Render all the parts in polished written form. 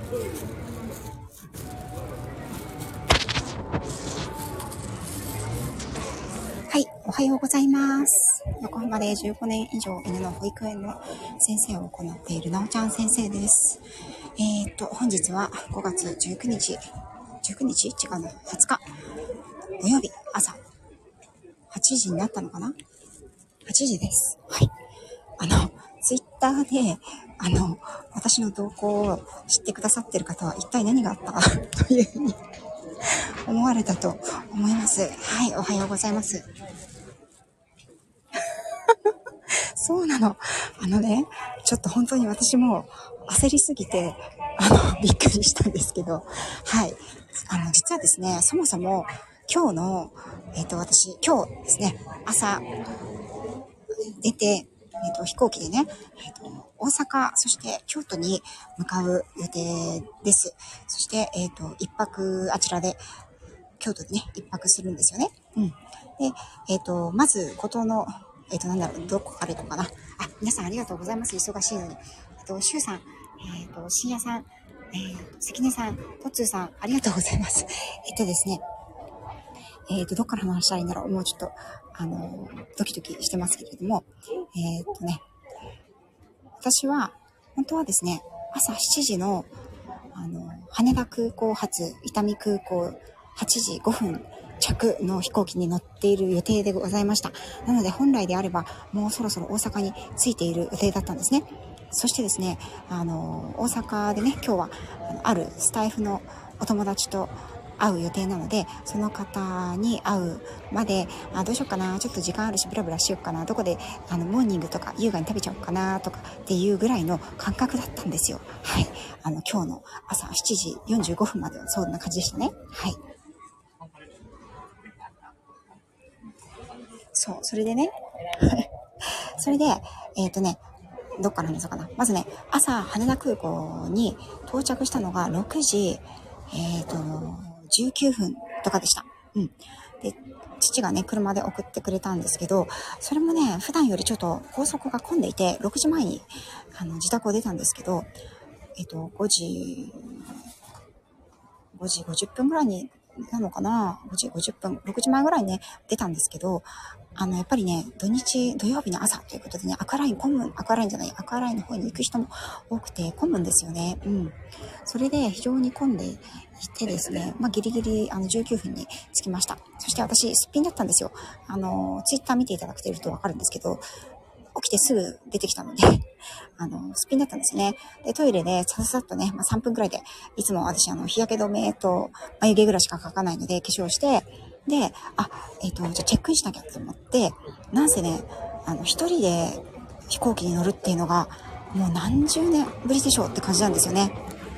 はい、おはようございます。横浜で15年以上犬の保育園の先生を行っているなおちゃん先生です。本日は5月19日、違うな、20日、土曜日、朝8時になったのかな ?8 時です。はい。ツイッターで、私の動向を知ってくださっている方は一体何があったというふうに思われたと思います。はい、おはようございます。そうなの。ちょっと本当に私も焦りすぎて、びっくりしたんですけど、はい。実はですね、そもそも今日の、私、今日ですね、朝出て、飛行機でね、大阪、そして京都に向かう予定です。そして、一泊、あちらで、京都でね、一泊するんですよね。うん。で、まず、ことの、どこから行こうかな。あ、皆さんありがとうございます。忙しいのに。しゅうさん、深夜さん、関根さん、とっつーさん、ありがとうございます。ですね、どっから話したらいいんだろう。もうちょっと、ドキドキしてますけれども、私は、本当はですね、朝7時の、羽田空港発、伊丹空港8時5分着の飛行機に乗っている予定でございました。なので本来であれば、もうそろそろ大阪に着いている予定だったんですね。そしてですね、大阪でね、今日は、あるスタイフのお友達と会う予定なので、その方に会うまで、どうしようかな、ちょっと時間あるしブラブラしようかな、どこでモーニングとか優雅に食べちゃおうかなとかっていうぐらいの感覚だったんですよ。はい。今日の朝7時45分まではそんな感じでしたね。はい。そう、それでね、それで、どっから話そうかな。まずね、朝、羽田空港に到着したのが6時、19分とかでした。うん。で、父がね、車で送ってくれたんですけど、それもね、普段よりちょっと高速が混んでいて、6時前に、自宅を出たんですけど、5時50分ぐらいになのかな ?5 時50分、6時前ぐらいにね、出たんですけど、やっぱりね、土曜日の朝ということでね、赤ラインの方に行く人も多くて混むんですよね。うん。それで非常に混んでいてですね、ギリギリ19分に着きました。そして私、すっぴんだったんですよ。ツイッター見ていただけているとわかるんですけど、起きてすぐ出てきたので、すっぴんだったんですね。で、トイレでささっとね、3分くらいで、いつも私日焼け止めと眉毛ぐらいしか描かないので、化粧して、で、じゃあチェックインしなきゃと思って、なんせね、一人で飛行機に乗るっていうのが、もう何十年ぶりでしょうって感じなんですよね。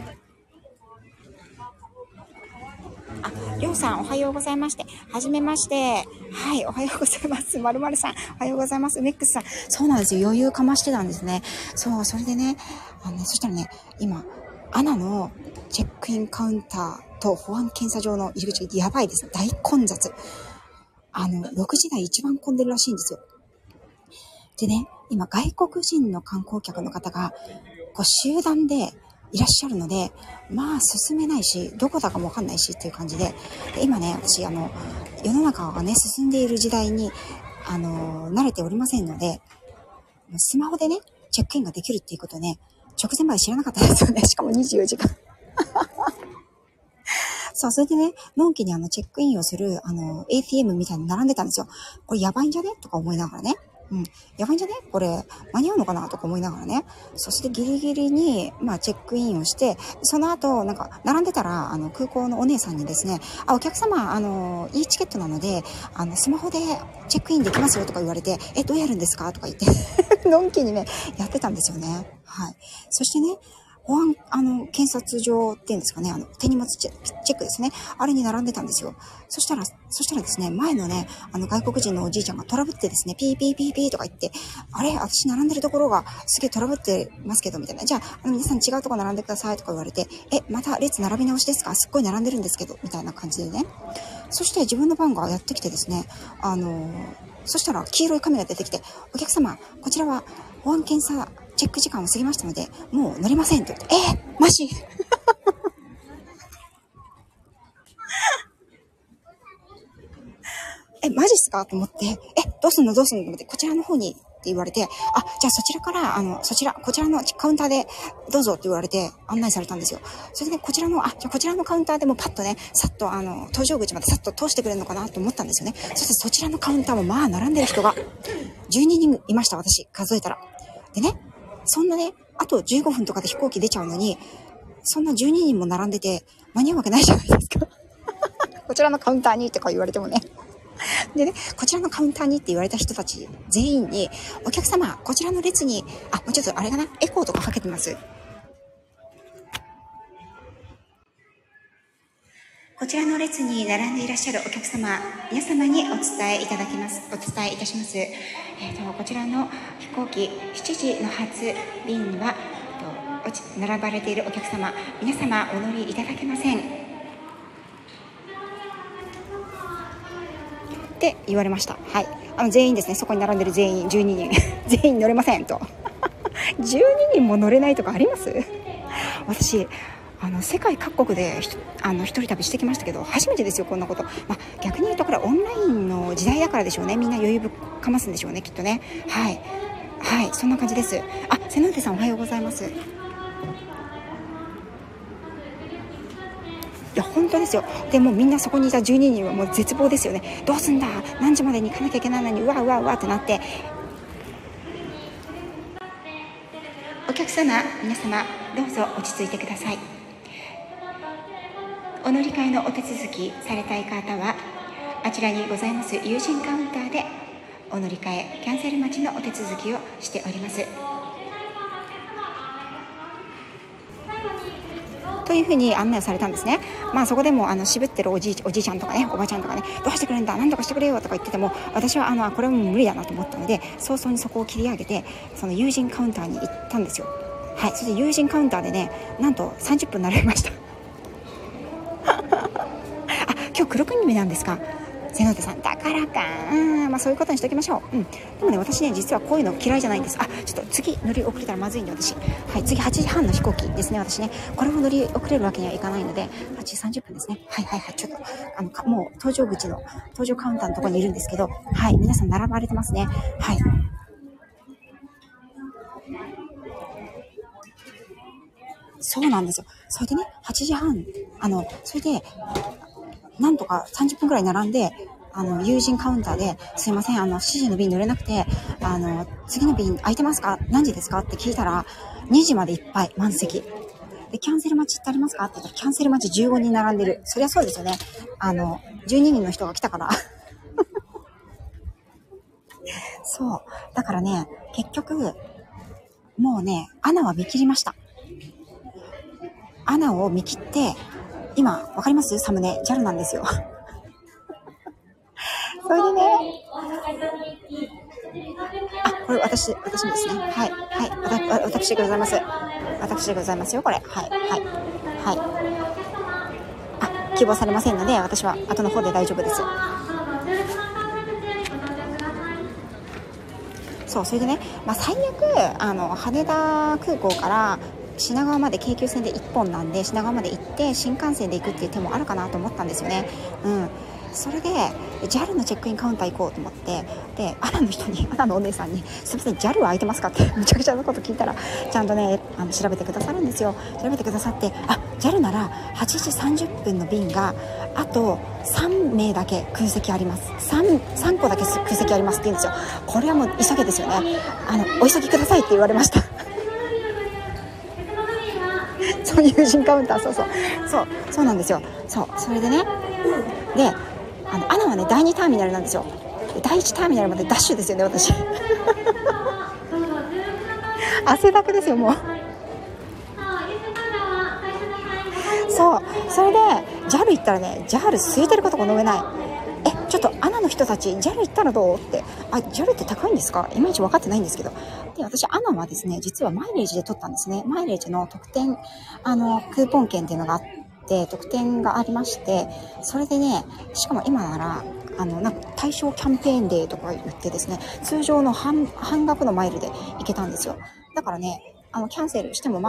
りょうさん、おはようございまして。はじめまして。はい、おはようございます。まるまるさん、おはようございます。メックスさん。そうなんですよ。余裕かましてたんですね。そう、それでね、そしたらね、今、アナのチェックインカウンターと保安検査場の入り口がやばいです。大混雑。6時台一番混んでるらしいんですよ。でね、今、外国人の観光客の方が、集団で、いらっしゃるので、進めないし、どこだかもわかんないしっていう感じで、今ね、私、世の中がね、進んでいる時代に、慣れておりませんので、スマホでね、チェックインができるっていうことをね、直前まで知らなかったですよね。しかも24時間。そう、それでね、のんきにチェックインをする、ATM みたいに並んでたんですよ。これやばいんじゃねとか思いながらね。うん。やばいんじゃねこれ、間に合うのかなとか思いながらね。そしてギリギリに、チェックインをして、その後、並んでたら、空港のお姉さんにですね、お客様、いいチケットなので、スマホでチェックインできますよとか言われて、どうやるんですかとか言って、のんきにね、やってたんですよね。はい。そしてね、保安、検察場っていうんですかね、手荷物チェックですね。あれに並んでたんですよ。そしたらですね、前のね、外国人のおじいちゃんがトラブってですね、ピーピーピーピーとか言って、あれ私並んでるところがすげえトラブってますけど、みたいな。じゃあ、皆さん違うとこ並んでくださいとか言われて、また列並び直しですかすっごい並んでるんですけど、みたいな感じでね。そして自分の番がやってきてですね、そしたら黄色いカメラ出てきて、お客様、こちらは保安検査チェック時間を過ぎましたので、もう乗れませんと言って、マジマジっすかと思って、どうすんのと思って、こちらの方にって言われて、じゃあそちらから、こちらのカウンターでどうぞって言われて案内されたんですよ。それでこちらのカウンターでもパッとね、さっと搭乗口までさっと通してくれるのかなと思ったんですよね。そしてそちらのカウンターもまあ並んでる人が12人いました、私、数えたら。でね、そんなね、あと15分とかで飛行機出ちゃうのに、そんな12人も並んでて間に合うわけないじゃないですか。こちらのカウンターにとか言われてもね。でね、こちらのカウンターにって言われた人たち全員に、お客様、こちらの列に、もうちょっとあれかな、エコーとかかけてます。こちらの列に並んでいらっしゃるお客様、皆様にお伝えいたします。こちらの飛行機7時の発便は、並ばれているお客様、皆様お乗りいただけません。って言われました。はい。全員ですね、そこに並んでる全員、12人。全員乗れませんと。12人も乗れないとかあります？私、世界各国で一人旅してきましたけど、初めてですよ、こんなこと。逆に言うとこれオンラインの時代だからでしょうね。みんな余裕ぶっかますんでしょうね、きっとね。はい。はい、そんな感じです。瀬能手さんおはようございます。いや、本当ですよ。でもみんなそこにいた12人はもう絶望ですよね。どうすんだ、何時までに行かなきゃいけないのに、うわうわうわってなって。お客様、皆様、どうぞ落ち着いてください。お乗り換えのお手続きされたい方は、あちらにございます有人カウンターでお乗り換えキャンセル待ちのお手続きをしております。というふうに案内をされたんですね。そこでも渋ってるおじいちゃんとかね、おばちゃんとかね、どうしてくれるんだ、なんとかしてくれよとか言ってても、私はこれも無理だなと思ったので、早々にそこを切り上げて、その友人カウンターに行ったんですよ。はい。そして友人カウンターでね、なんと30分並びました。今日黒組なんですか、瀬能手さん。だからか、そういうことにしておきましょう。でもね、私ね、実はこういうの嫌いじゃないんです。ちょっと次乗り遅れたらまずいんで、私。はい、次8時半の飛行機ですね、私ね。これも乗り遅れるわけにはいかないので、8時30分ですね。はい。ちょっと、もう搭乗カウンターのところにいるんですけど、はい、皆さん並ばれてますね。はい。そうなんですよ。それでね、8時半、それで、なんとか30分くらい並んで、友人カウンターで、すいません、7時の便乗れなくて、次の便空いてますか？何時ですか？って聞いたら、2時までいっぱい、満席。で、キャンセル待ちってありますか？って言ったら、キャンセル待ち15人並んでる。そりゃそうですよね。12人の人が来たから。そう。だからね、結局、もうね、アナは見切りました。アナを見切って、今、わかります？サムネ、JAL なんですよ。それでね、これ私ですね。はい。私でございます。私でございますよ、これ。はい。希望されませんので、私は後の方で大丈夫です。そう、それでね、最悪、羽田空港から品川まで京急線で1本なんで、品川まで行って新幹線で行くっていう手もあるかなと思ったんですよね。それで JAL のチェックインカウンター行こうと思って、で、アナのお姉さんに、すいません、JAL は空いてますかってむちゃくちゃなこと聞いたら、ちゃんとね、調べてくださるんですよ。調べてくださって、JAL なら8時30分の便があと3名だけ空席あります。3個だけ空席ありますって言うんですよ。これはもう急げですよね。お急ぎくださいって言われました。そう、友人カウンター、そうなんですよ。そう、それでね、で、アナはね、第2ターミナルなんですよ。第1ターミナルまでダッシュですよね、私。汗だくですよ、もう。そう、それで JAL 行ったらね、JAL 空いてることが飲めない。ちょっとアナの人たち JAL 行ったらどうって。JAL って高いんですか？いまいち分かってないんですけど。で、私アナはですね、実はマイレージで取ったんですね。マイレージの特典、クーポン券っていうのがあって、特典がありまして、それでね、しかも今ならなんか対象キャンペーンデーとか言ってですね、通常の半額のマイルで行けたんですよ。だからね、キャンセルしても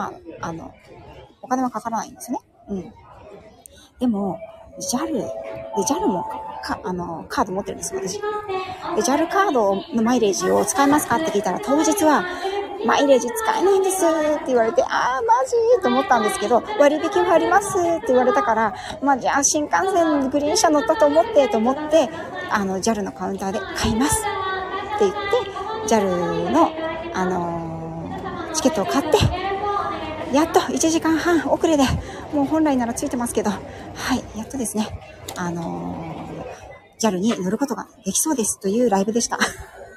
お金はかからないんですね。でも、JAL もカード持ってるんですよ、私。で、JAL カードのマイレージを使えますかって聞いたら、当日は、マイレージ使えないんですって言われて、マジと思ったんですけど、割引もありますって言われたから、じゃあ新幹線グリーン車乗ったと思って、JAL のカウンターで買いますって言って、JAL の、チケットを買って、やっと1時間半遅れで、もう本来ならついてますけど、はい、やっとですね、JAL に乗ることができそうですというライブでした。もう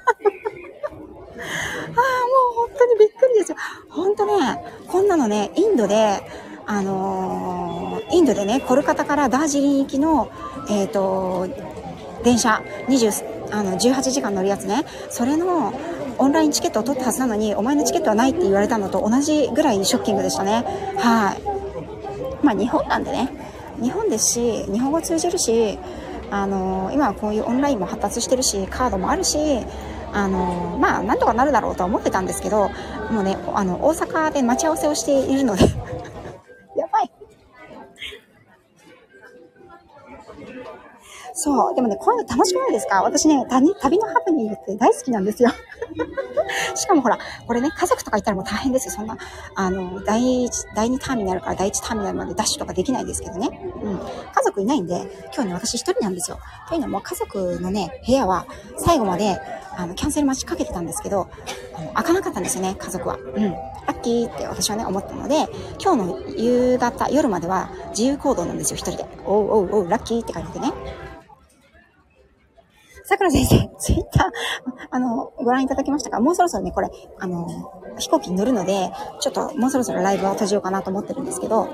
本当にびっくりですよ。本当ね、こんなのね、インドでね、コルカタからダージリン行きの、電車、18時間乗るやつね、それのオンラインチケットを取ったはずなのに、お前のチケットはないって言われたのと同じぐらいショッキングでしたね。はい。日本なんでね、日本ですし、日本語通じるし、今はこういうオンラインも発達してるし、カードもあるし、なんとかなるだろうとは思ってたんですけど、もうね、大阪で待ち合わせをしているので、やばい。そう。でもね、こういうの楽しくないですか？私ね、旅のハプニングって大好きなんですよ。しかもほら、これね、家族とか行ったらもう大変ですよ。そんな、第2ターミナルから第1ターミナルまでダッシュとかできないですけどね。家族いないんで、今日ね、私一人なんですよ。というのも、家族のね、部屋は最後まで、キャンセル待ちかけてたんですけど、開かなかったんですよね、家族は。ラッキーって私はね、思ったので、今日の夕方、夜までは自由行動なんですよ、一人で。おう、ラッキーって書いてね。さくら先生、ツイッター、ご覧いただきましたか？もうそろそろね、これ、飛行機に乗るので、ちょっともうそろそろライブを閉じようかなと思ってるんですけど、はい。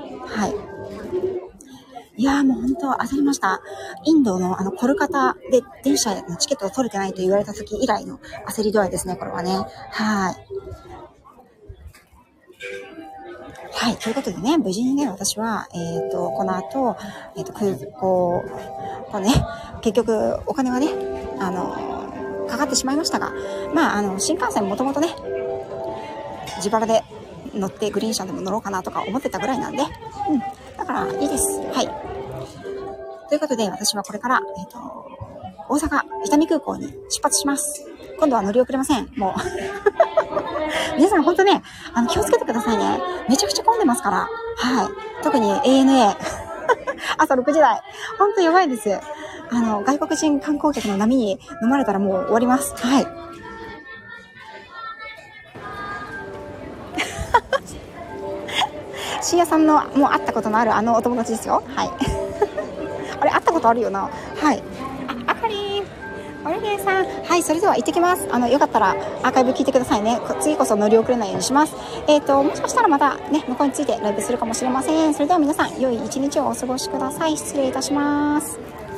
いやーもう本当焦りました。インドのコルカタで電車のチケットが取れてないと言われた時以来の焦り度合いですね、これはね。はい。はい。ということでね、無事にね、私は、この後、空港、これね、結局、お金はね、かかってしまいましたが、新幹線もともとね、自腹で乗ってグリーン車でも乗ろうかなとか思ってたぐらいなんで、だからいいです。はい。ということで、私はこれから、大阪、伊丹空港に出発します。今度は乗り遅れません。もう。皆さん本当ね、気をつけてくださいね。めちゃくちゃ混んでますから。はい。特に ANA。朝6時台。本当やばいです。外国人観光客の波に飲まれたらもう終わります。はい。シーヤさんのもう会ったことのあるお友達ですよ。はい。あれ、会ったことあるよな。はい。あかりん。オレゲーさん。はい、それでは行ってきます。よかったらアーカイブ聞いてくださいね。次こそ乗り遅れないようにします。もしかしたらまたね、向こうについてライブするかもしれません。それでは皆さん、良い一日をお過ごしください。失礼いたします。